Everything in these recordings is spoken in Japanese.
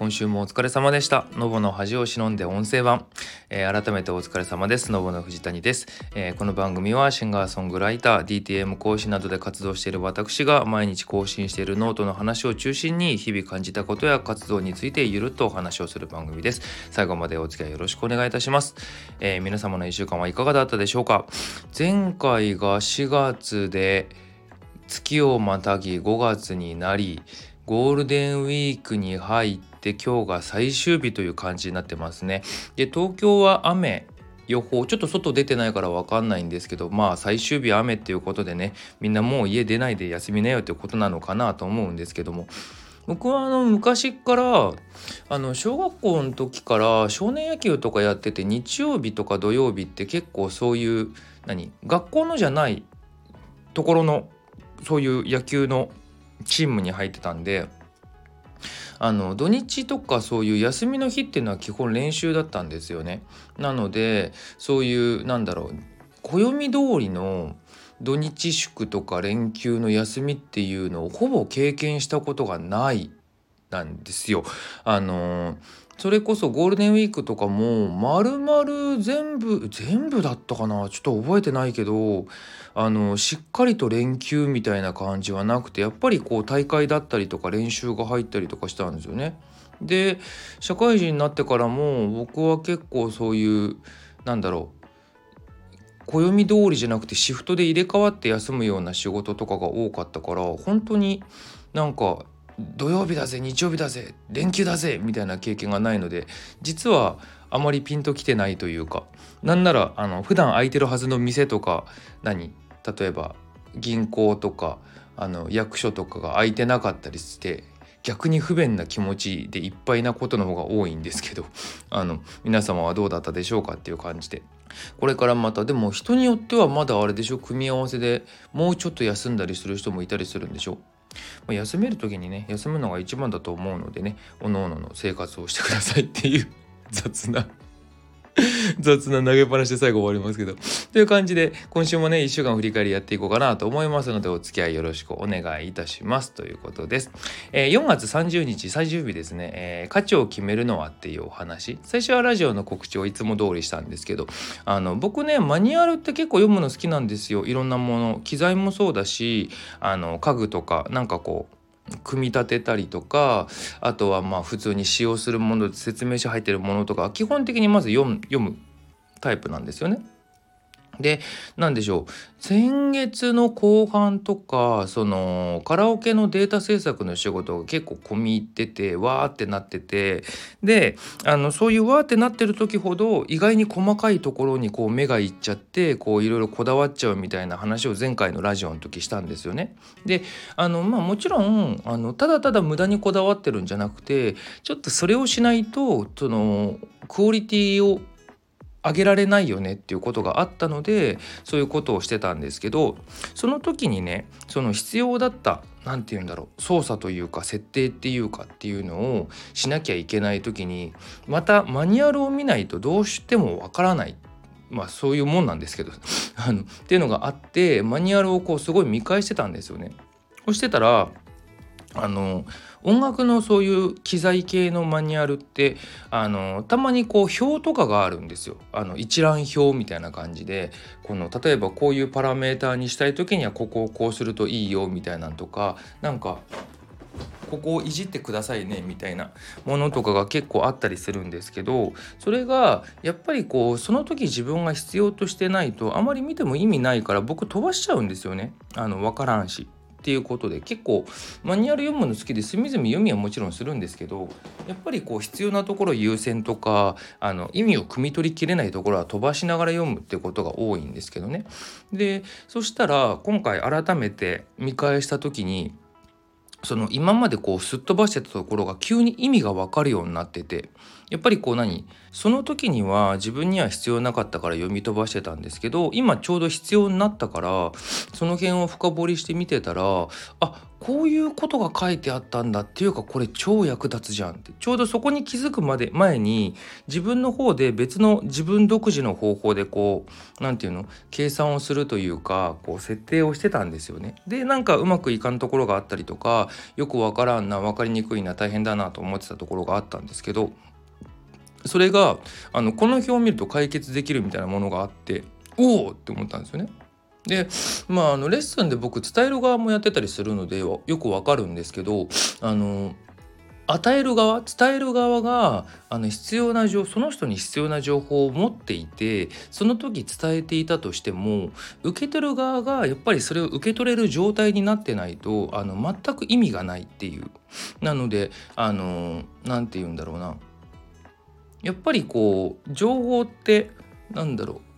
今週もお疲れ様でした。ノボの恥を忍んで音声版、改めてお疲れ様です。ノボの藤谷です。この番組はシンガーソングライター DTM 講師などで活動している私が毎日更新しているノートの話を中心に日々感じたことや活動についてゆるっとお話をする番組です。最後までお付き合いよろしくお願いいたします。皆様の1週間はいかがだったでしょうか。前回が4月で月をまたぎ5月になり、ゴールデンウィークに入って今日が最終日という感じになってますね。で、東京は雨予報、ちょっと外出てないから分かんないんですけど、最終日雨っていうことでね、みんなもう家出ないで休みなよっていうことなのかなと思うんですけども、僕は昔から小学校の時から少年野球とかやってて、日曜日とか土曜日って結構そういう学校のじゃないところのそういう野球のチームに入ってたんで、土日とかそういう休みの日っていうのは基本練習だったんですよね。なのでそういう暦通りの土日祝とか連休の休みっていうのをほぼ経験したことがないなんですよ。それこそゴールデンウィークとかも丸々全部だったかな、ちょっと覚えてないけど、しっかりと連休みたいな感じはなくて、やっぱりこう大会だったりとか練習が入ったりとかしたんですよね。で、社会人になってからも僕は結構そういう暦通りじゃなくてシフトで入れ替わって休むような仕事とかが多かったから、本当に土曜日だぜ、日曜日だぜ、連休だぜみたいな経験がないので、実はあまりピンときてないというか、なんなら普段空いてるはずの店とか、例えば銀行とか役所とかが空いてなかったりして、逆に不便な気持ちでいっぱいなことの方が多いんですけど、皆様はどうだったでしょうかっていう感じで、これからまた、でも人によってはまだあれでしょ、組み合わせでもうちょっと休んだりする人もいたりするんでしょ。休める時にね、休むのが一番だと思うのでね、おのおのの生活をしてくださいっていう雑な投げっぱなしで最後終わりますけど、という感じで今週もね1週間振り返りやっていこうかなと思いますので、お付き合いよろしくお願いいたしますということです。4月30日最終日ですね。価値を決めるのはっていうお話、最初はラジオの告知をいつも通りしたんですけど、僕ねマニュアルって結構読むの好きなんですよ。いろんなもの、機材もそうだし、家具とか組み立てたりとか、あとは普通に使用するもので説明書入ってるものとか、基本的にまず読むタイプなんですよね。で、先月の後半とか、そのカラオケのデータ制作の仕事が結構込み入ってて、わーってなってて、でそういうわーってなってる時ほど意外に細かいところにこう目がいっちゃって、こういろいろこだわっちゃうみたいな話を前回のラジオの時したんですよね。でもちろんただただ無駄にこだわってるんじゃなくて、ちょっとそれをしないとそのクオリティを上げられないよねっていうことがあったので、そういうことをしてたんですけど、その時にね、その必要だった操作というか設定っていうかっていうのをしなきゃいけない時に、またマニュアルを見ないとどうしてもわからない、そういうもんなんですけどっていうのがあって、マニュアルをこうすごい見返してたんですよね。そしてたら音楽のそういう機材系のマニュアルってたまにこう表とかがあるんですよ。一覧表みたいな感じで、例えばこういうパラメーターにしたい時にはここをこうするといいよみたいなのとか、ここをいじってくださいねみたいなものとかが結構あったりするんですけど、それがやっぱりその時自分が必要としてないとあまり見ても意味ないから、僕飛ばしちゃうんですよね。わからんしっていうことで、結構マニュアル読むの好きで隅々読みはもちろんするんですけど、やっぱり必要なところ優先とか、意味を汲み取りきれないところは飛ばしながら読むってことが多いんですけどね。で、そしたら今回改めて見返した時に、その今まですっ飛ばしてたところが急に意味が分かるようになってて、やっぱりその時には自分には必要なかったから読み飛ばしてたんですけど、今ちょうど必要になったからその辺を深掘りして見てたら、 こういうことが書いてあったんだっていうか、これ超役立つじゃんって、ちょうどそこに気づく前に自分の方で別の自分独自の方法でこうなんていうの計算をするというか、こう設定をしてたんですよね。でなんかうまくいかんところがあったりとか、よくわからんな、わかりにくいな、大変だなと思ってたところがあったんですけど、それがこの表を見ると解決できるみたいなものがあって、おおって思ったんですよね。でレッスンで僕伝える側もやってたりするのでよくわかるんですけど、あの与える側伝える側がその人に必要な情報を持っていて、その時伝えていたとしても、受け取る側がやっぱりそれを受け取れる状態になってないと全く意味がないっていう。なのでなんて言うんだろうな、やっぱりこう情報ってなんだろ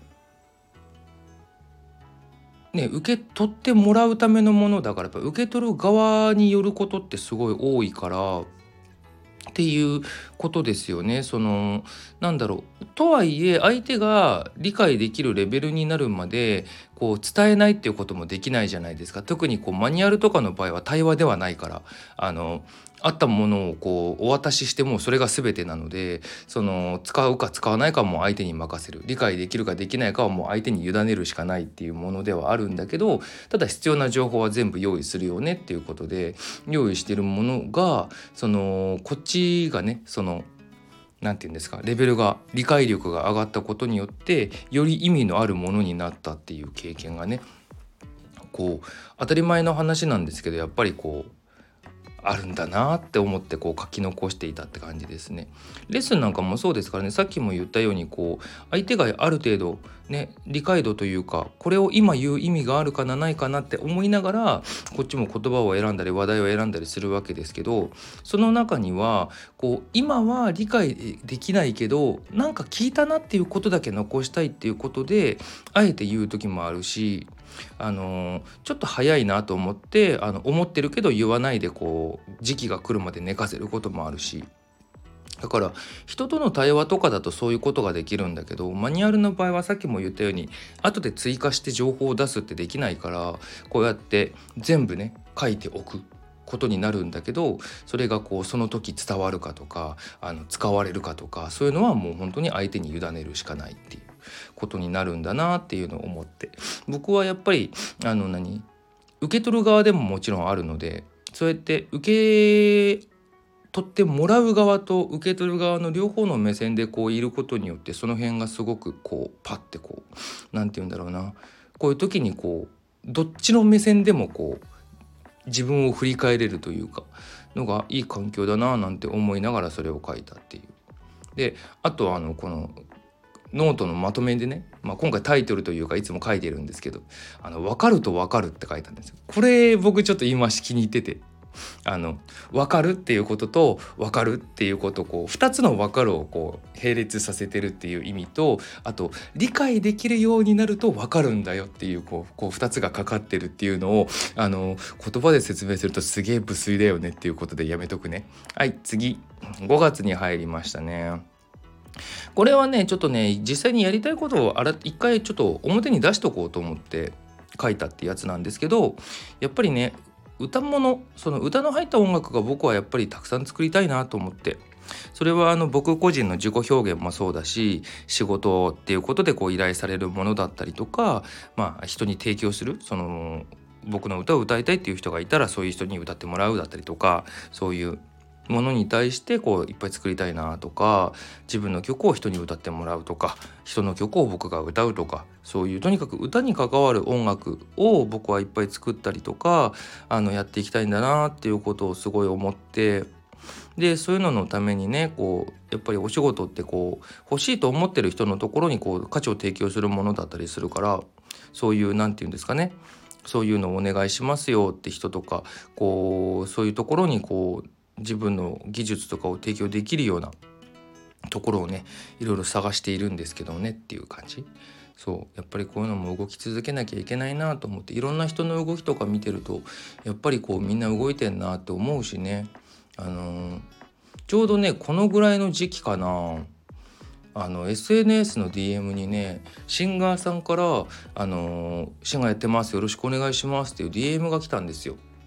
うね、受け取ってもらうためのものだから、やっぱ受け取る側によることってすごい多いからっていうことですよね。なんだろうとはいえ、相手が理解できるレベルになるまでこう伝えないっていうこともできないじゃないですか。特にこうマニュアルとかの場合は対話ではないから、あったものをこうお渡ししてもそれが全てなので、使うか使わないかも相手に任せる、理解できるかできないかはもう相手に委ねるしかないっていうものではあるんだけど、ただ必要な情報は全部用意するよねっていうことで用意しているものが、こっちがねなんていうんですか、レベルが理解力が上がったことによってより意味のあるものになったっていう経験がね、こう当たり前の話なんですけど、やっぱりこうあるんだなって思ってこう書き残していたって感じですね。レッスンなんかもそうですからね、さっきも言ったようにこう相手がある程度ね理解度というか、これを今言う意味があるかなないかなって思いながらこっちも言葉を選んだり話題を選んだりするわけですけど、その中にはこう今は理解できないけどなんか聞いたなっていうことだけ残したいっていうことであえて言う時もあるし、ちょっと早いなと思って思ってるけど言わないでこう時期が来るまで寝かせることもあるし、だから人との対話とかだとそういうことができるんだけど、マニュアルの場合はさっきも言ったように後で追加して情報を出すってできないから、こうやって全部ね書いておくことになるんだけど、それがこうその時伝わるかとか使われるかとか、そういうのはもう本当に相手に委ねるしかないっていうことになるんだなっていうのを思って、僕はやっぱり受け取る側でももちろんあるので、そうやって受け取ってもらう側と受け取る側の両方の目線でこういることによって、その辺がすごくこうパッてこうなんて言うんだろうな、こういう時にこうどっちの目線でもこう自分を振り返れるというかのがいい環境だななんて思いながらそれを書いたっていう。であとはこのノートのまとめでね、今回タイトルというかいつも書いてるんですけど、分かると分かるって書いたんですよ。これ僕ちょっと言い回し気に入ってて、分かるっていうことと分かるっていうことをこう2つの分かるをこう並列させてるっていう意味と、あと理解できるようになると分かるんだよっていうこう2つがかかってるっていうのを言葉で説明するとすげえ無粋だよねっていうことでやめとくね。はい、次5月に入りましたね。これはねちょっとね実際にやりたいことを一回ちょっと表に出しとこうと思って書いたってやつなんですけど、やっぱりねその歌の入った音楽が僕はやっぱりたくさん作りたいなと思って、それは僕個人の自己表現もそうだし、仕事っていうことでこう依頼されるものだったりとか、人に提供する僕の歌を歌いたいっていう人がいたらそういう人に歌ってもらうだったりとか、そういうものに対してこういっぱい作りたいなとか、自分の曲を人に歌ってもらうとか、人の曲を僕が歌うとか、そういうとにかく歌に関わる音楽を僕はいっぱい作ったりとかやっていきたいんだなっていうことをすごい思って、でそういうののためにねこうやっぱりお仕事ってこう欲しいと思ってる人のところにこう価値を提供するものだったりするから、そういうなんていうんですかね、そういうのをお願いしますよって人とか、こうそういうところにこう自分の技術とかを提供できるようなところをねいろいろ探しているんですけどねっていう感じ。そうやっぱりこういうのも動き続けなきゃいけないなと思って、いろんな人の動きとか見てるとやっぱりこうみんな動いてんなって思うしね。ちょうどねこのぐらいの時期かな、SNS の DM にねシンガーさんからシンガーやってますよろしくお願いしますっていう DM が来たんですよ。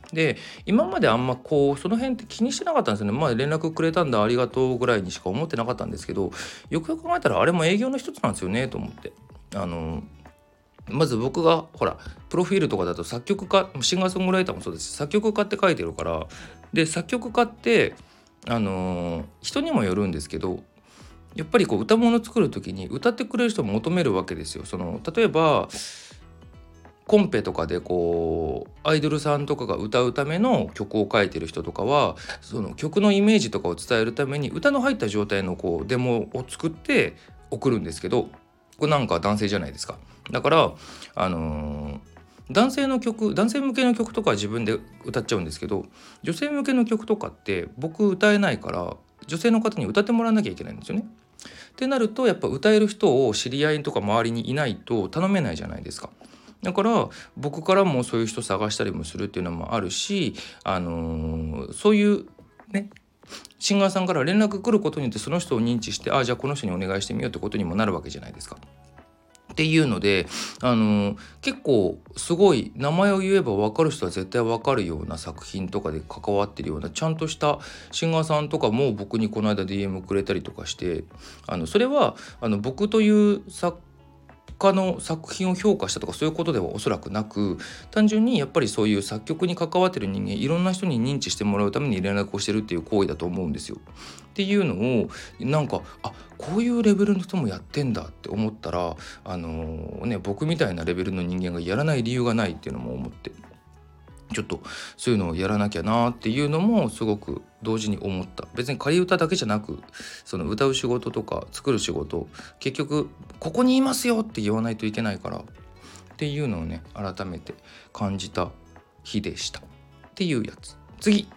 で今まであんまこうその辺って気にしてなかったんですよね。まあ連絡くれたんだありがとうぐらいにしか思ってなかったんですけど、よくよく考えたらあれも営業の一つなんですよねと思って。まず僕がほらプロフィールとかだと作曲家シンガーソングライターもそうですし作曲家って書いてるから、で作曲家って人にもよるんですけど、やっぱりこう歌物作る時に歌ってくれる人を求めるわけですよ。例えばコンペとかでこうアイドルさんとかが歌うための曲を書いてる人とかは、その曲のイメージとかを伝えるために歌の入った状態のこうデモを作って送るんですけど、これなんか男性じゃないですか。だから男性向けの曲とかは自分で歌っちゃうんですけど、女性向けの曲とかって僕歌えないから女性の方に歌ってもらわなきゃいけないんですよね。ってなるとやっぱ歌える人を知り合いとか周りにいないと頼めないじゃないですか。だから僕からもそういう人探したりもするっていうのもあるし、そういうねシンガーさんから連絡来ることによってその人を認知して、じゃあこの人にお願いしてみようってことにもなるわけじゃないですか。っていうので、結構すごい名前を言えば分かる人は絶対分かるような作品とかで関わってるようなちゃんとしたシンガーさんとかも僕にこの間 DM くれたりとかして、それは僕という作家の作品を評価したとかそういうことではおそらくなく、単純にやっぱりそういう作曲に関わってる人間いろんな人に認知してもらうために連絡をしてるっていう行為だと思うんですよ。っていうのをなんかこういうレベルの人もやってんだって思ったら僕みたいなレベルの人間がやらない理由がないっていうのも思って、ちょっとそういうのをやらなきゃなっていうのもすごく同時に思った。別に仮歌だけじゃなく、その歌う仕事とか作る仕事、結局ここにいますよって言わないといけないからっていうのをね改めて感じた日でしたっていうやつ。次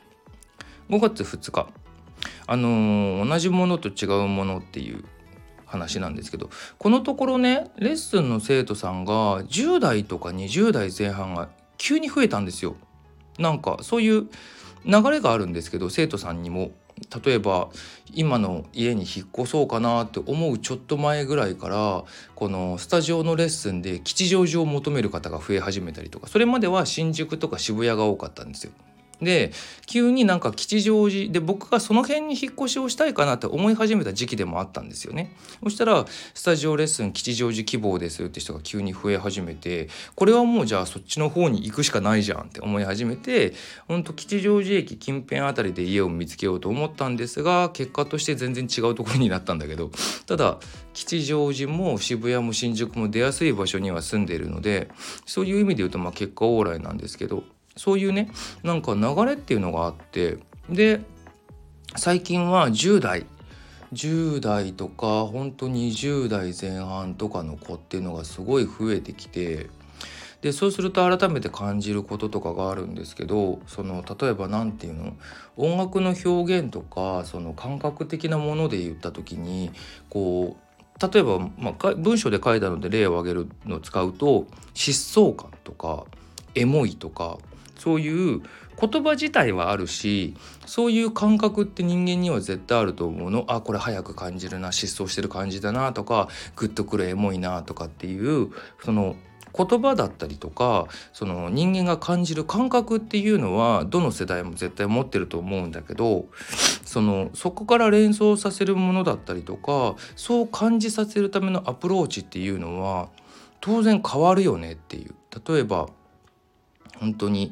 5月2日同じものと違うものっていう話なんですけど、このところねレッスンの生徒さんが10代とか20代前半が急に増えたんですよ。なんかそういう流れがあるんですけど、生徒さんにも例えば今の家に引っ越そうかなって思うちょっと前ぐらいからこのスタジオのレッスンで吉祥寺を求める方が増え始めたりとか、それまでは新宿とか渋谷が多かったんですよ。で急になんか吉祥寺で僕がその辺に引っ越しをしたいかなって思い始めた時期でもあったんですよね。そしたらスタジオレッスン吉祥寺希望ですって人が急に増え始めて、これはもうじゃあそっちの方に行くしかないじゃんって思い始めて、吉祥寺駅近辺あたりで家を見つけようと思ったんですが、結果として全然違うところになったんだけど、ただ吉祥寺も渋谷も新宿も出やすい場所には住んでいるので、そういう意味で言うと結果オーライなんですけど、そういうねなんか流れっていうのがあって、で最近は10代とか本当に20代前半とかの子っていうのがすごい増えてきて、でそうすると改めて感じることとかがあるんですけど、例えばなんていうの、音楽の表現とかその感覚的なもので言った時にこう例えば、文章で書いたので例を挙げるのを使うと、疾走感とかエモいとかそういう言葉自体はあるし、そういう感覚って人間には絶対あると思うの。これ早く感じるな、疾走してる感じだなとか、グッとくるエモいなとかっていうその言葉だったりとか、その人間が感じる感覚っていうのはどの世代も絶対持ってると思うんだけど、そこから連想させるものだったりとか、そう感じさせるためのアプローチっていうのは当然変わるよねっていう。例えば本当に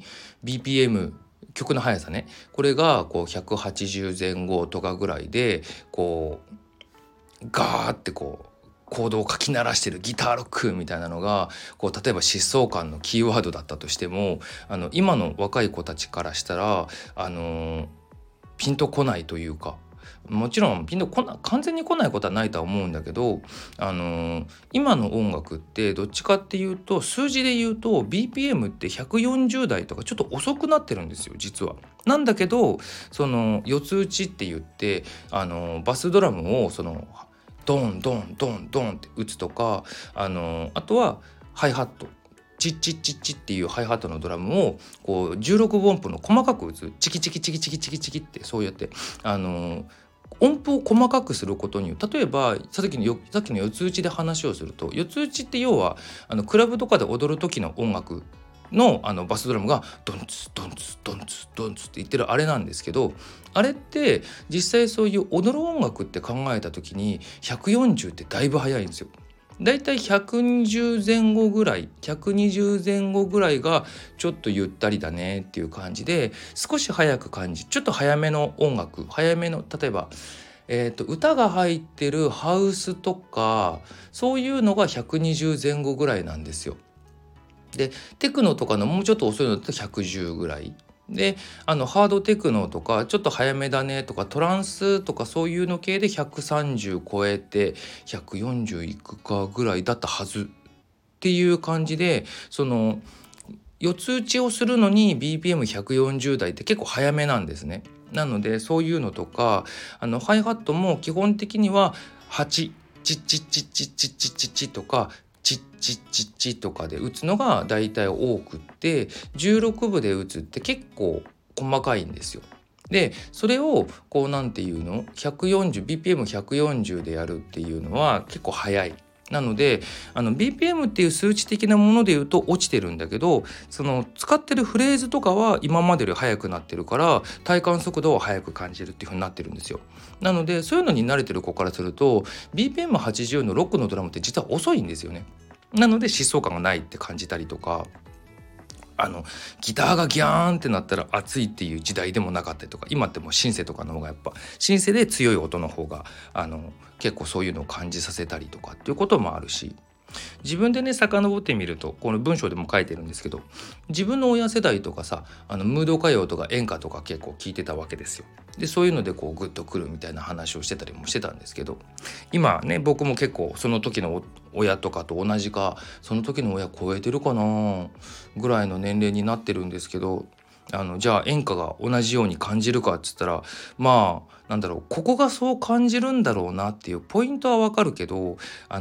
BPM 曲の速さね、これがこう180前後とかぐらいでこうガーってこうコードをかき鳴らしてるギターロックみたいなのがこう例えば疾走感のキーワードだったとしても、今の若い子たちからしたらピンとこないというか、もちろん完全に来ないことはないとは思うんだけど、今の音楽ってどっちかっていうと数字で言うと BPM って140台とかちょっと遅くなってるんですよ実は。なんだけど四つ打ちって言ってバスドラムをドンドンドンドンって打つとか、あとはハイハットチッチッチッチッっていうハイハットのドラムをこう16分音符の細かく打つ、チキチキチキチキチキチキってそうやって音符を細かくすることによって、例えばさっきの四つ打ちで話をすると、四つ打ちって要はクラブとかで踊る時の音楽のバスドラムがドンツドンツドンツドンツって言ってるあれなんですけど、あれって実際そういう踊る音楽って考えた時に140ってだいぶ速いんですよ。だいたい120前後ぐらい120前後ぐらいがちょっとゆったりだねっていう感じで、少し速く感じ、ちょっと早めの音楽、早めの例えば歌が入ってるハウスとかそういうのが120前後ぐらいなんですよ。でテクノとかのもうちょっと遅いのだと110ぐらいで、ハードテクノとかちょっと早めだねとかトランスとかそういうの系で130超えて140いくかぐらいだったはずっていう感じで、その四つ打ちをするのに BPM140 台って結構早めなんですね。なのでそういうのとかハイハットも基本的には8チッチッチッチッチッチッチッチッとかチッチッチッチとかで打つのがだいたい多くって、16分で打つって結構細かいんですよ。でそれをこうなんていうの 140BPM140 でやるっていうのは結構早い。なのでBPM っていう数値的なもので言うと落ちてるんだけど、その使ってるフレーズとかは今までより速くなってるから体感速度は速く感じるっていう風になってるんですよ。なのでそういうのに慣れてる子からすると BPM80 のロックのドラムって実は遅いんですよね。なので疾走感がないって感じたりとか、ギターがギャーンってなったら熱いっていう時代でもなかったりとか、今ってもうシンセとかの方がやっぱシンセで強い音の方が結構そういうのを感じさせたりとかっていうこともあるし、自分でね遡ってみるとこの文章でも書いてるんですけど、自分の親世代とかさムード歌謡とか演歌とか結構聞いてたわけですよ。でそういうのでこうグッとくるみたいな話をしてたりもしてたんですけど、今ね僕も結構その時の親とかと同じかその時の親超えてるかなぐらいの年齢になってるんですけど、じゃあ演歌が同じように感じるかっつったらまあなんだろう、ここがそう感じるんだろうなっていうポイントはわかるけど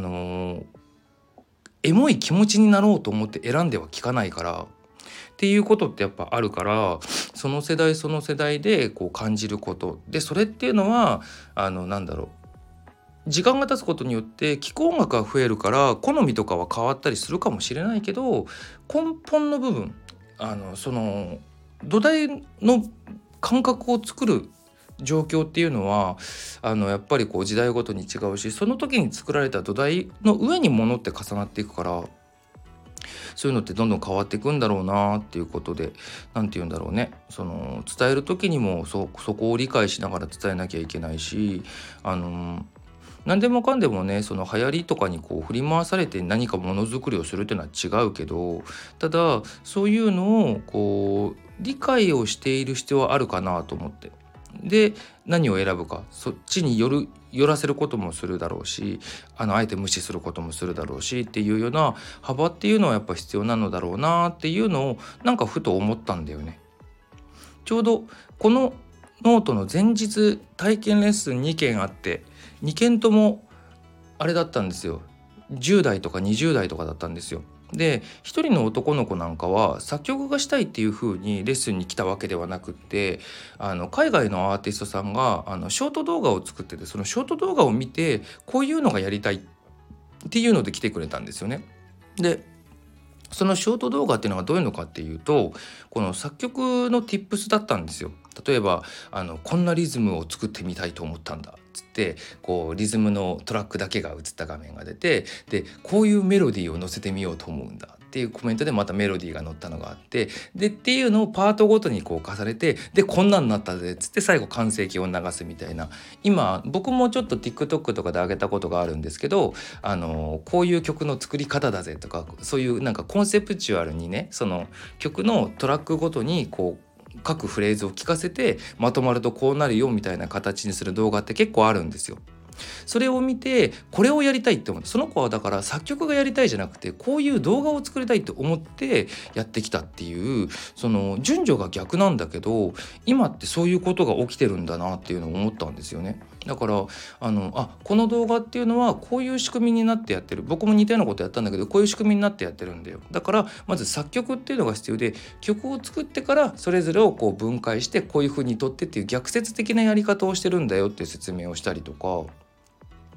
エモい気持ちになろうと思って選んでは聞かないからっていうことってやっぱあるから、その世代その世代でこう感じることで、それっていうのはなんだろう、時間が経つことによって聴く音楽が増えるから好みとかは変わったりするかもしれないけど、根本の部分その土台の感覚を作る状況っていうのはやっぱりこう時代ごとに違うし、その時に作られた土台の上に物って重なっていくから、そういうのってどんどん変わっていくんだろうなっていうことで、なんて言うんだろうね、その伝える時にもそこを理解しながら伝えなきゃいけないし、何でもかんでもねその流行りとかにこう振り回されて何かものづくりをするっていうのは違うけど、ただそういうのをこう理解をしている必要はあるかなと思って、で何を選ぶかそっちに寄らせることもするだろうし、あえて無視することもするだろうしっていうような幅っていうのはやっぱ必要なのだろうなっていうのをなんかふと思ったんだよね。ちょうどこのノートの前日体験レッスン2件あって、2件ともあれだったんですよ、10代とか20代とかだったんですよ。で一人の男の子なんかは作曲がしたいっていう風にレッスンに来たわけではなくって、海外のアーティストさんがショート動画を作ってて、そのショート動画を見てこういうのがやりたいっていうので来てくれたんですよね。でそのショート動画っていうのがどういうのかっていうと、この作曲の tips だったんですよ。例えばこんなリズムを作ってみたいと思ったんだっつってこうリズムのトラックだけが映った画面が出て、でこういうメロディーを載せてみようと思うんだっていうコメントでまたメロディーが載ったのがあって、でっていうのをパートごとにこう重ねて、でこんなんなったぜっつって最後完成形を流すみたいな。今僕もちょっと TikTok とかで上げたことがあるんですけど、こういう曲の作り方だぜとか、そういうなんかコンセプチュアルにね、その曲のトラックごとにこう各フレーズを聞かせてまとまるとこうなるよみたいな形にする動画って結構あるんですよ。それを見てこれをやりたいって思って、その子はだから作曲がやりたいじゃなくてこういう動画を作りたいって思ってやってきたっていう、その順序が逆なんだけど今ってそういうことが起きてるんだなっていうのを思ったんですよね。だからこの動画っていうのはこういう仕組みになってやってる、僕も似たようなことやったんだけどこういう仕組みになってやってるんだよ。だからまず作曲っていうのが必要で、曲を作ってからそれぞれをこう分解してこういう風にとってっていう逆説的なやり方をしてるんだよっていう説明をしたりとか、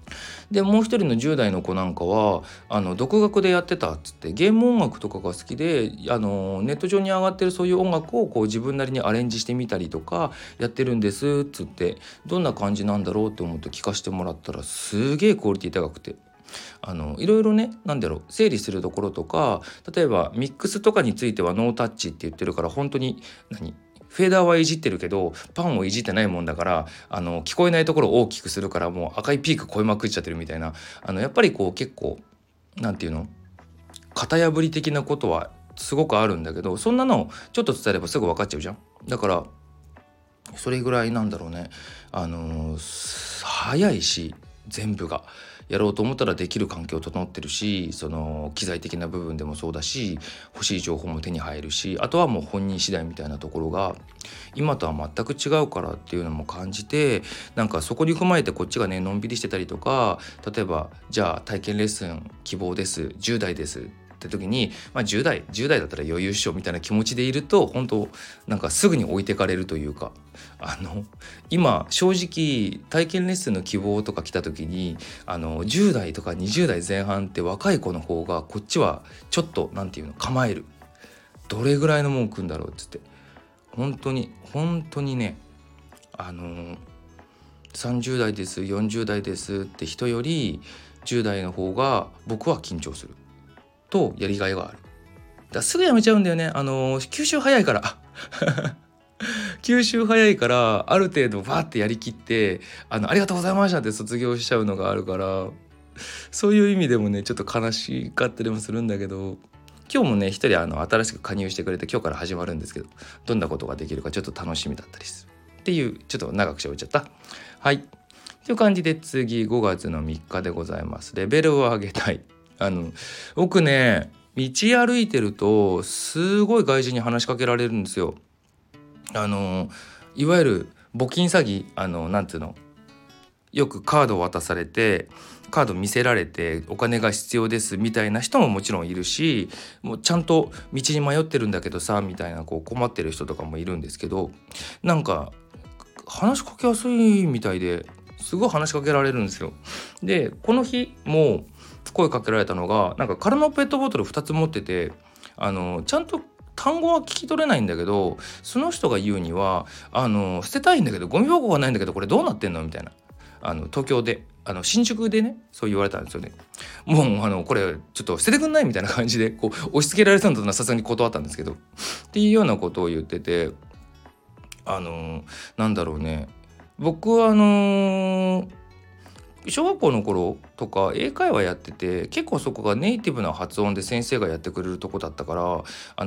でもう一人の10代の子なんかは独学でやってたっつって、ゲーム音楽とかが好きでネット上に上がってるそういう音楽をこう自分なりにアレンジしてみたりとかやってるんですっつって、どんな感じなんだろうって思って聞かせてもらったらすげえクオリティ高くて、いろいろね、なんだろう、整理するところとか、例えばミックスとかについてはノータッチって言ってるから、本当にフェーダーはいじってるけどパンをいじってないもんだから、聞こえないところを大きくするから、もう赤いピーク超えまくっちゃってるみたいな、やっぱりこう結構なんていうの、型破り的なことはすごくあるんだけど、そんなのちょっと伝えればすぐ分かっちゃうじゃん。だからそれぐらいなんだろうね、早いし、全部がやろうと思ったらできる環境整ってるし、その機材的な部分でもそうだし、欲しい情報も手に入るし、あとはもう本人次第みたいなところが今とは全く違うからっていうのも感じて、なんかそこに踏まえてこっちがねのんびりしてたりとか、例えばじゃあ体験レッスン希望です、10代ですって時に、10代だったら余裕っしょみたいな気持ちでいると、本当なんかすぐに置いてかれるというか、今正直体験レッスンの希望とか来た時に10代とか20代前半って若い子の方がこっちはちょっとなんていうの、構える、どれぐらいのもん食うんだろうっつって、本当にね、30代です40代ですって人より10代の方が僕は緊張するとやりがいがある。だからすぐやめちゃうんだよね。吸収早いから吸収早いからある程度バーってやりきってありがとうございましたって卒業しちゃうのがあるから、そういう意味でもねちょっと悲しかったりもするんだけど、今日もね一人新しく加入してくれて今日から始まるんですけど、どんなことができるかちょっと楽しみだったりするっていう、ちょっと長くしゃべっちゃった。はいという感じで、次5月の3日でございます。レベルを上げたい。僕ね、道歩いてるとすごい外人に話しかけられるんですよ。いわゆる募金詐欺、なんていうの、よくカードを渡されてカード見せられてお金が必要ですみたいな人ももちろんいるし、もうちゃんと道に迷ってるんだけどさみたいなこう困ってる人とかもいるんですけど、なんか話しかけやすいみたいですごい話しかけられるんですよ。でこの日も声かけられたのが、なんか空のペットボトル2つ持ってて、ちゃんと単語は聞き取れないんだけど、その人が言うには捨てたいんだけどゴミ箱がないんだけどこれどうなってんのみたいな、東京で新宿でねそう言われたんですよね。もうこれちょっと捨ててくんないみたいな感じでこう押し付けられたんだとさすがに断ったんですけど、っていうようなことを言ってて、なんだろうね、僕は小学校の頃とか英会話やってて、結構そこがネイティブな発音で先生がやってくれるとこだったから、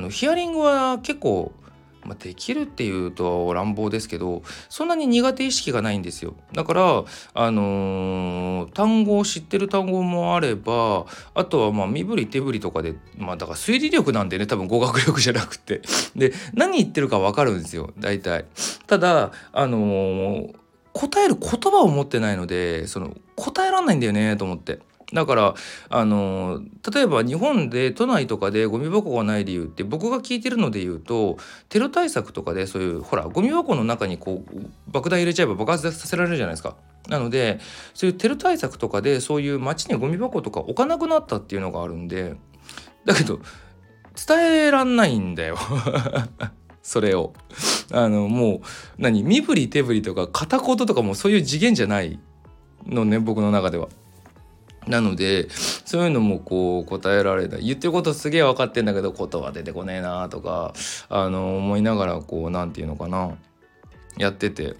ヒアリングは結構、できるっていうと乱暴ですけど、そんなに苦手意識がないんですよ。だから、単語を知ってる単語もあれば、あとは身振り手振りとかで、だから推理力なんでね、多分語学力じゃなくてで何言ってるか分かるんですよ大体。ただ答える言葉を持ってないので、答えらんないんだよねと思って。だから例えば日本で都内とかでゴミ箱がない理由って、僕が聞いてるので言うとテロ対策とかで、そういうほらゴミ箱の中にこう爆弾入れちゃえば爆発させられるじゃないですか。なのでそういうテロ対策とかでそういう街にゴミ箱とか置かなくなったっていうのがあるんで、だけど伝えらんないんだよそれをもう身振り手振りとか片言とかもそういう次元じゃないのね、僕の中では。なのでそういうのもこう答えられない、言ってることすげえ分かってんだけど言葉出てこねえなとか思いながらこうなんていうのかなやってて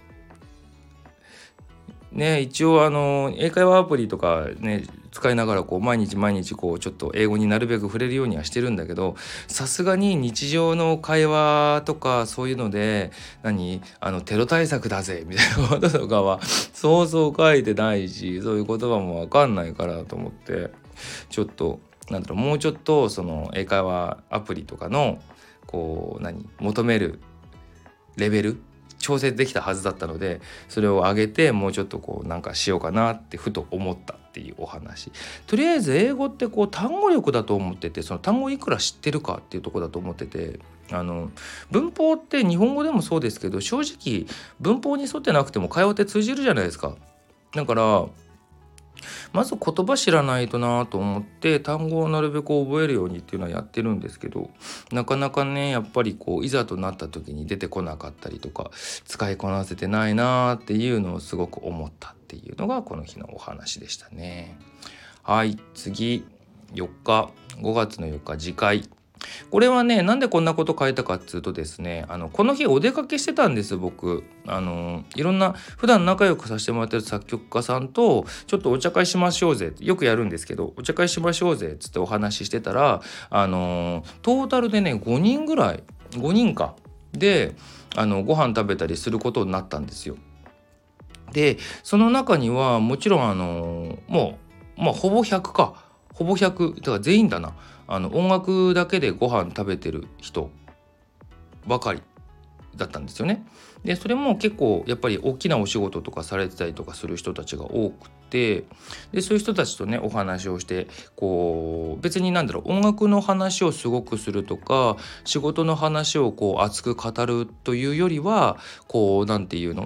ね。一応英会話アプリとかね使いながらこう毎日こうちょっと英語になるべく触れるようにはしてるんだけど、さすがに日常の会話とかそういうのでテロ対策だぜみたいなこととかはそうそう書いてないし、そういう言葉も分かんないからと思って、ちょっともうちょっとその英会話アプリとかのこう求めるレベル調整できたはずだったので、それを上げてもうちょっとこうなんかしようかなってふと思ったっていうお話。とりあえず英語ってこう単語力だと思ってて、その単語いくら知ってるかっていうところだと思ってて、文法って日本語でもそうですけど、正直文法に沿ってなくても会話って通じるじゃないですか。だからまず言葉知らないとなと思って単語をなるべく覚えるようにっていうのはやってるんですけど、なかなかねやっぱりいざとなった時に出てこなかったりとか使いこなせてないなっていうのをすごく思ったっていうのがこの日のお話でしたね。はい、次4日5月の4日次回。これはねなんでこんなこと書いたかっつうとですね、この日お出かけしてたんです僕。いろんな普段仲良くさせてもらってる作曲家さんとちょっとお茶会しましょうぜ、よくやるんですけどお茶会しましょうぜっつってお話ししてたら、トータルでね5人ぐらい5人かでご飯食べたりすることになったんですよ。でその中にはもちろんもうほぼ100かほぼ100だから全員だな、音楽だけでご飯食べてる人ばかりだったんですよね。でそれも結構やっぱり大きなお仕事とかされてたりとかする人たちが多くて、でそういう人たちとねお話をして別に音楽の話をすごくするとか仕事の話を熱く語るというよりはなんていうの、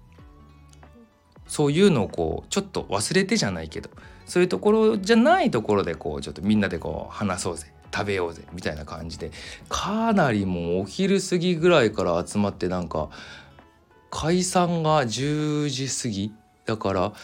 そういうのをちょっと忘れてじゃないけどそういうところじゃないところでちょっとみんなで話そうぜ食べようぜみたいな感じで、かなりもうお昼過ぎぐらいから集まって解散が10時過ぎだから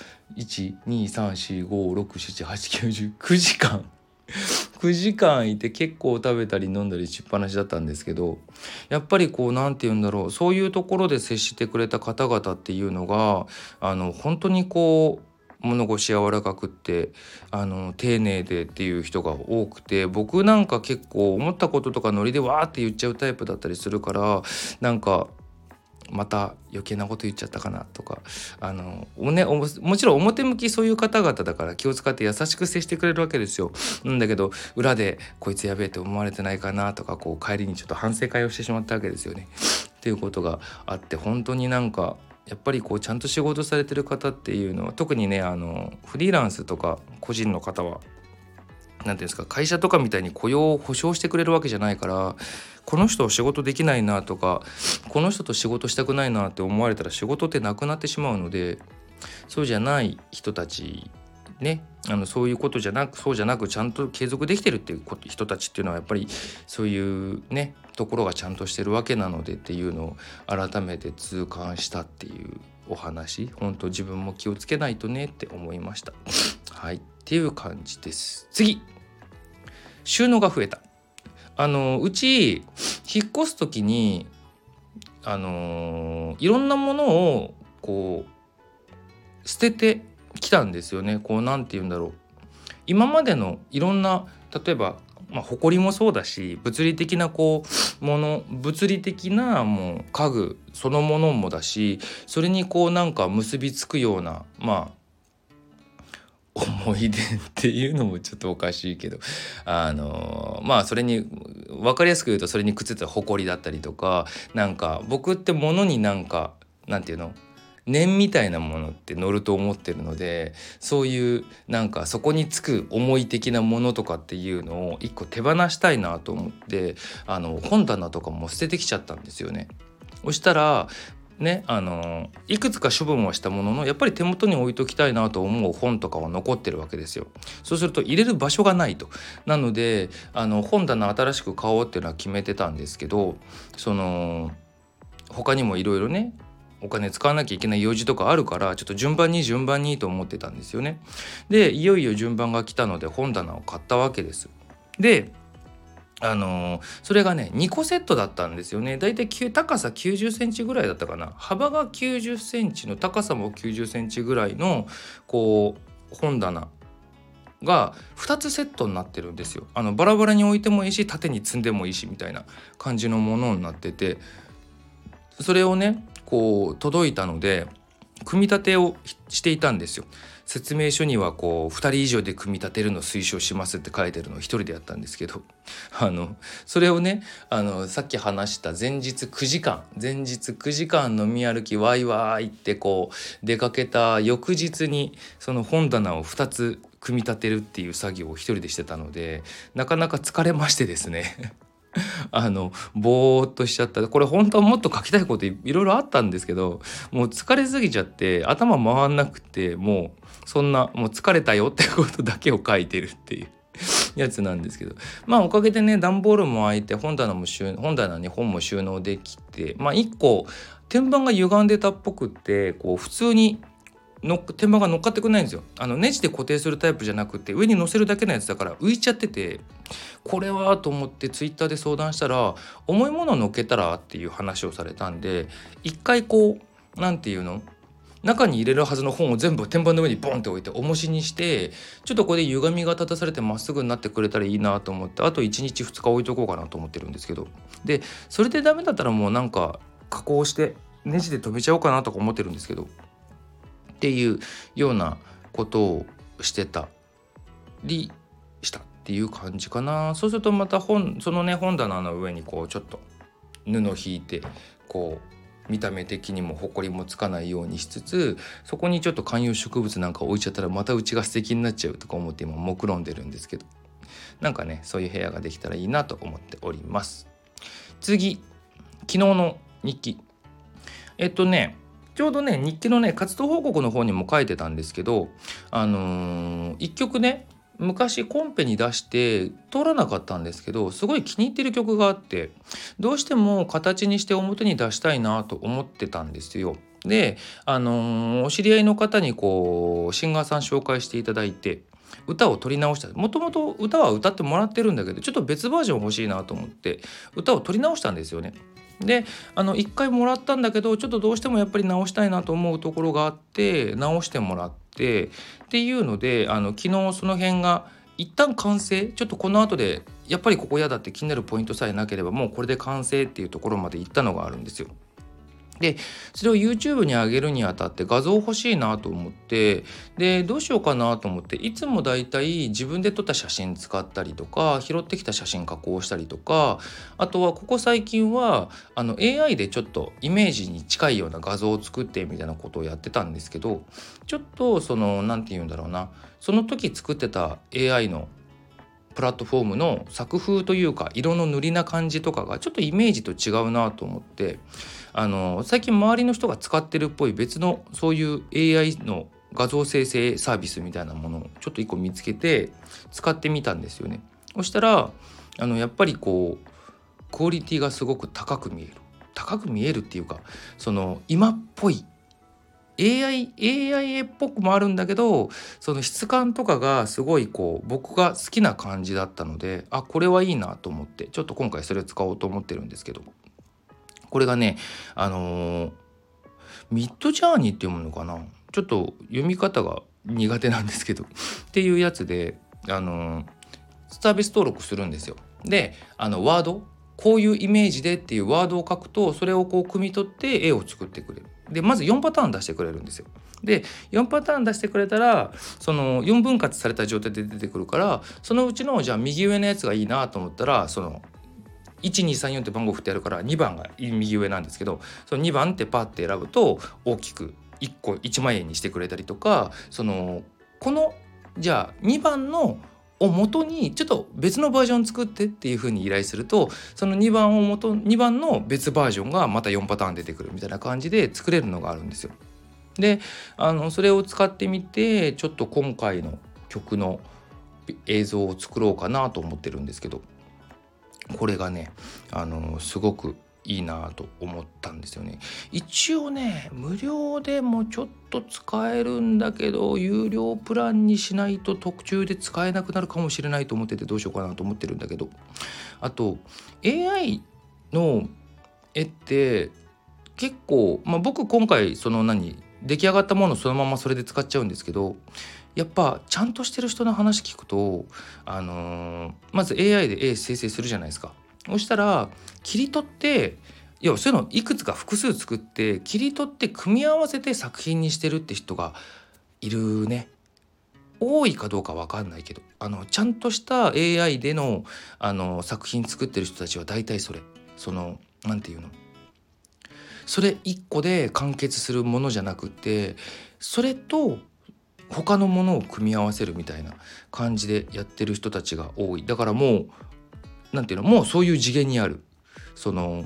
12345678910 時間9時間いて結構食べたり飲んだりしっぱなしだったんですけど、やっぱりなんて言うんだろう、そういうところで接してくれた方々っていうのが本当に物腰柔らかくって丁寧でっていう人が多くて、僕結構思ったこととかノリでわーって言っちゃうタイプだったりするから、また余計なこと言っちゃったかなとかもちろん表向きそういう方々だから気を使って優しく接してくれるわけですよ。なんだけど裏でこいつやべえって思われてないかなとか帰りにちょっと反省会をしてしまったわけですよね。っていうことがあって、本当にやっぱりちゃんと仕事されてる方っていうのは特にねフリーランスとか個人の方はなんていうんですか、会社とかみたいに雇用を保証してくれるわけじゃないから、この人仕事できないなとかこの人と仕事したくないなって思われたら仕事ってなくなってしまうので、そうじゃない人たちね、そういうことじゃなくそうじゃなくちゃんと継続できてるっていう人たちっていうのはやっぱりそういうねところがちゃんとしてるわけなのでっていうのを改めて痛感したっていうお話、本当自分も気をつけないとねって思いました。はいっていう感じです。次、収納が増えた。うち引っ越す時にいろんなものを捨ててきたんですよね。なんて言うんだろう、今までのいろんな例えば埃もそうだし物理的な物理的なもう家具そのものもだし、それに結びつくような思い出っていうのもちょっとおかしいけどそれに分かりやすく言うとそれにくっついた埃だったりとか僕って物になんていうの念みたいなものって乗ると思ってるので、そういうそこにつく思い的なものとかっていうのを一個手放したいなと思って本棚とかも捨ててきちゃったんですよね。そしたらねいくつか処分はしたもののやっぱり手元に置いときたいなと思う本とかは残ってるわけですよ。そうすると入れる場所がないと。なので本棚新しく買おうっていうのは決めてたんですけど、他にもいろいろねお金使わなきゃいけない用事とかあるからちょっと順番にと思ってたんですよね。でいよいよ順番が来たので本棚を買ったわけです。でそれがね2個セットだったんですよね。だいたい高さ90センチぐらいだったかな、幅が90センチの高さも90センチぐらいの本棚が2つセットになってるんですよ。バラバラに置いてもいいし縦に積んでもいいしみたいな感じのものになってて、それをね届いたので組み立てをしていたんですよ。説明書には2人以上で組み立てるの推奨しますって書いてるのを1人でやったんですけどそれをねさっき話した前日9時間飲み歩きワイワイって出かけた翌日にその本棚を2つ組み立てるっていう作業を1人でしてたのでなかなか疲れましてですねぼーっとしちゃった。これ本当はもっと書きたいこといろいろあったんですけど、もう疲れすぎちゃって頭回んなくて、もうそんなもう疲れたよってことだけを書いてるっていうやつなんですけど、まあおかげでね、段ボールも開いて本棚に本も収納できて、まあ1個天板が歪んでたっぽくって、こう普通に天板が乗っかってくんないんですよ。ネジで固定するタイプじゃなくて、上に乗せるだけのやつだから浮いちゃってて、これはと思ってツイッターで相談したら、重いものを乗っけたらっていう話をされたんで、一回こうなんていうの、中に入れるはずの本を全部天板の上にボンって置いて重しにして、ちょっとこれで歪みが立たされてまっすぐになってくれたらいいなと思って、あと1日2日置いとこうかなと思ってるんですけど、でそれでダメだったらもうなんか加工してネジで留めちゃおうかなとか思ってるんですけど、っていうようなことをしてたりしたっていう感じかな。そうするとまた本棚の上にこうちょっと布を引いて、こう見た目的にも埃もつかないようにしつつ、そこにちょっと観葉植物なんか置いちゃったらまたうちが素敵になっちゃうとか思って今目論んでるんですけど、なんかね、そういう部屋ができたらいいなと思っております。次、昨日の日記。ちょうどね、日記のね活動報告の方にも書いてたんですけど、一曲ね、昔コンペに出して通らなかったんですけど、すごい気に入ってる曲があって、どうしても形にして表に出したいなと思ってたんですよ。で、お知り合いの方にこうシンガーさん紹介していただいて、歌を取り直した。もともと歌は歌ってもらってるんだけど、ちょっと別バージョン欲しいなと思って歌を取り直したんですよね。で、1回もらったんだけど、ちょっとどうしてもやっぱり直したいなと思うところがあって直してもらってっていうので、昨日その辺が一旦完成、ちょっとこの後でやっぱりここ嫌だって気になるポイントさえなければもうこれで完成っていうところまで行ったのがあるんですよ。でそれを YouTube に上げるにあたって画像欲しいなと思って、でどうしようかなと思って、いつもだいたい自分で撮った写真使ったりとか、拾ってきた写真加工したりとか、あとはここ最近はAI でちょっとイメージに近いような画像を作ってみたいなことをやってたんですけど、ちょっとなんて言うんだろうな、その時作ってた AI のプラットフォームの作風というか色の塗りな感じとかがちょっとイメージと違うなと思って、最近周りの人が使ってるっぽい別のそういう AI の画像生成サービスみたいなものをちょっと一個見つけて使ってみたんですよね。そしたらやっぱりこうクオリティがすごく高く見えるっていうか、今っぽいAI っぽくもあるんだけど、その質感とかがすごいこう僕が好きな感じだったので、これはいいなと思って、ちょっと今回それを使おうと思ってるんですけど、これがね、ミッドジャーニーって読むのかな、ちょっと読み方が苦手なんですけどっていうやつで、サービス登録するんですよ。でワード、こういうイメージでっていうワードを書くと、それをこう汲み取って絵を作ってくれる。でまず4パターン出してくれるんですよ。で4パターン出してくれたら、その4分割された状態で出てくるから、そのうちのじゃあ右上のやつがいいなと思ったら、その1234って番号振ってあるから2番が右上なんですけど、その2番ってパッて選ぶと大きく1個1万円にしてくれたりとか、このじゃあ2番のを元にちょっと別のバージョン作ってっていう風に依頼すると、その2番の別バージョンがまた4パターン出てくるみたいな感じで作れるのがあるんですよ。でそれを使ってみて、ちょっと今回の曲の映像を作ろうかなと思ってるんですけど、これがねすごくいいなと思ったんですよね。一応ね無料でもちょっと使えるんだけど、有料プランにしないと途中で使えなくなるかもしれないと思ってて、どうしようかなと思ってるんだけど、あと AI の絵って結構、僕今回出来上がったものをそのままそれで使っちゃうんですけど、やっぱちゃんとしてる人の話聞くと、まず AI で絵生成するじゃないですか。そしたら切り取って、そういうのいくつか複数作って切り取って組み合わせて作品にしてるって人がいるね。多いかどうか分かんないけど、ちゃんとした AI での、作品作ってる人たちは大体それ、なんていうの、それ一個で完結するものじゃなくて、それと他のものを組み合わせるみたいな感じでやってる人たちが多い。だからもうなんていうの、もうそういう次元にある。その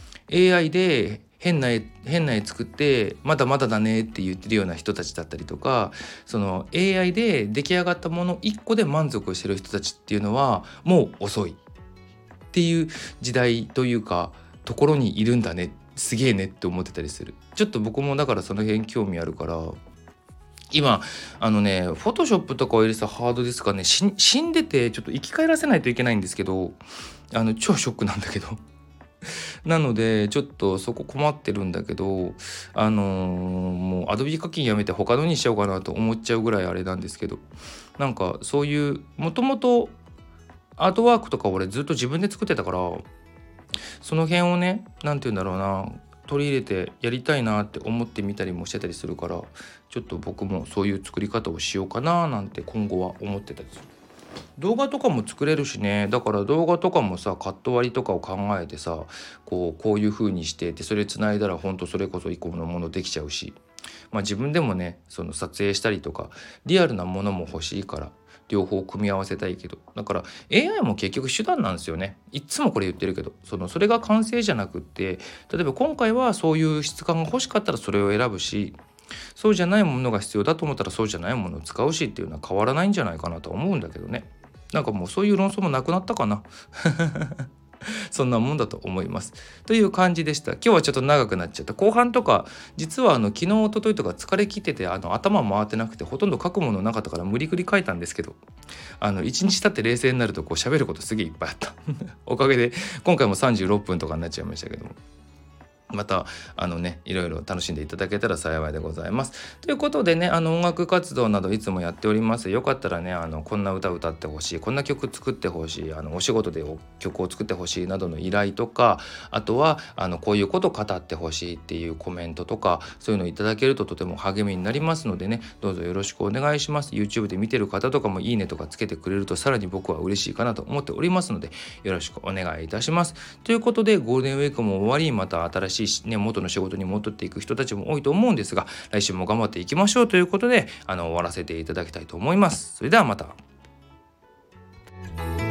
AI で変な絵作ってまだまだだねって言ってるような人たちだったりとか、その AI で出来上がったもの1個で満足してる人たちっていうのはもう遅いっていう時代というかところにいるんだね、すげえねって思ってたりする。ちょっと僕もだからその辺興味あるから、今フォトショップとかを入れてたハードディスクがね死んでて、ちょっと生き返らせないといけないんですけど、超ショックなんだけどなのでちょっとそこ困ってるんだけど、もうアドビ課金やめて他のにしようかなと思っちゃうぐらいあれなんですけど、なんかそういうもともとアートワークとか俺ずっと自分で作ってたから、その辺をね、なんて言うんだろうな、取り入れてやりたいなって思ってみたりもしてたりするから、ちょっと僕もそういう作り方をしようかななんて今後は思ってたりする。動画とかも作れるしね。だから動画とかもさ、カット割りとかを考えてさ、こういう風にしてそれ繋いだらほんとそれこそ一個のものできちゃうし、自分でもね、その撮影したりとかリアルなものも欲しいから両方組み合わせたいけど、だから AI も結局手段なんですよね。いっつもこれ言ってるけど、それが完成じゃなくって、例えば今回はそういう質感が欲しかったらそれを選ぶし、そうじゃないものが必要だと思ったらそうじゃないものを使うしっていうのは変わらないんじゃないかなと思うんだけどね。なんかもうそういう論争もなくなったかなそんなもんだと思いますという感じでした。今日はちょっと長くなっちゃった。後半とか実は昨日一昨日とか疲れ切ってて頭回ってなくてほとんど書くものなかったから無理くり書いたんですけど、一日経って冷静になると喋ることすげえいっぱいあったおかげで今回も36分とかになっちゃいましたけども、またいろいろ楽しんでいただけたら幸いでございます。ということでね、音楽活動などいつもやっております。よかったらね、こんな歌歌ってほしい、こんな曲作ってほしい、お仕事で曲を作ってほしいなどの依頼とか、あとはこういうことを語ってほしいっていうコメントとか、そういうのをいただけるととても励みになりますのでね、どうぞよろしくお願いします。 YouTube で見てる方とかもいいねとかつけてくれるとさらに僕は嬉しいかなと思っておりますので、よろしくお願いいたします。ということでゴールデンウィークも終わり、また新しい元の仕事に戻っていく人たちも多いと思うんですが、来週も頑張っていきましょうということで終わらせていただきたいと思います。それではまた。